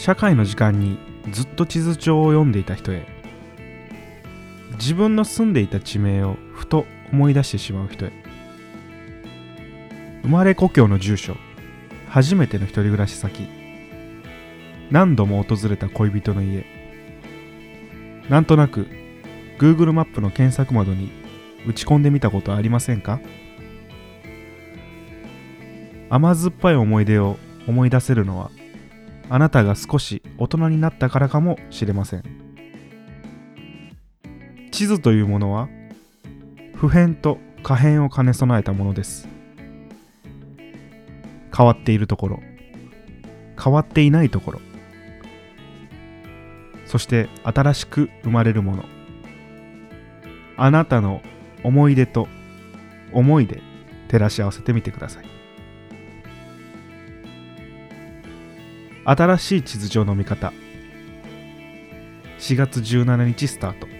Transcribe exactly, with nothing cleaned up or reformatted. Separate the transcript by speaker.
Speaker 1: 社会の時間にずっと地図帳を読んでいた人へ、自分の住んでいた地名をふと思い出してしまう人へ、生まれ故郷の住所、初めての一人暮らし先、何度も訪れた恋人の家、なんとなく Google マップの検索窓に打ち込んでみたことはありませんか？甘酸っぱい思い出を思い出せるのは、あなたが少し大人になったからかもしれません。地図というものは普遍と可変を兼ね備えたものです。変わっているところ、変わっていないところ、そして新しく生まれるもの、あなたの思い出と思いで照らし合わせてみてください。新しい地図上の見方、しがつじゅうしちにちスタート。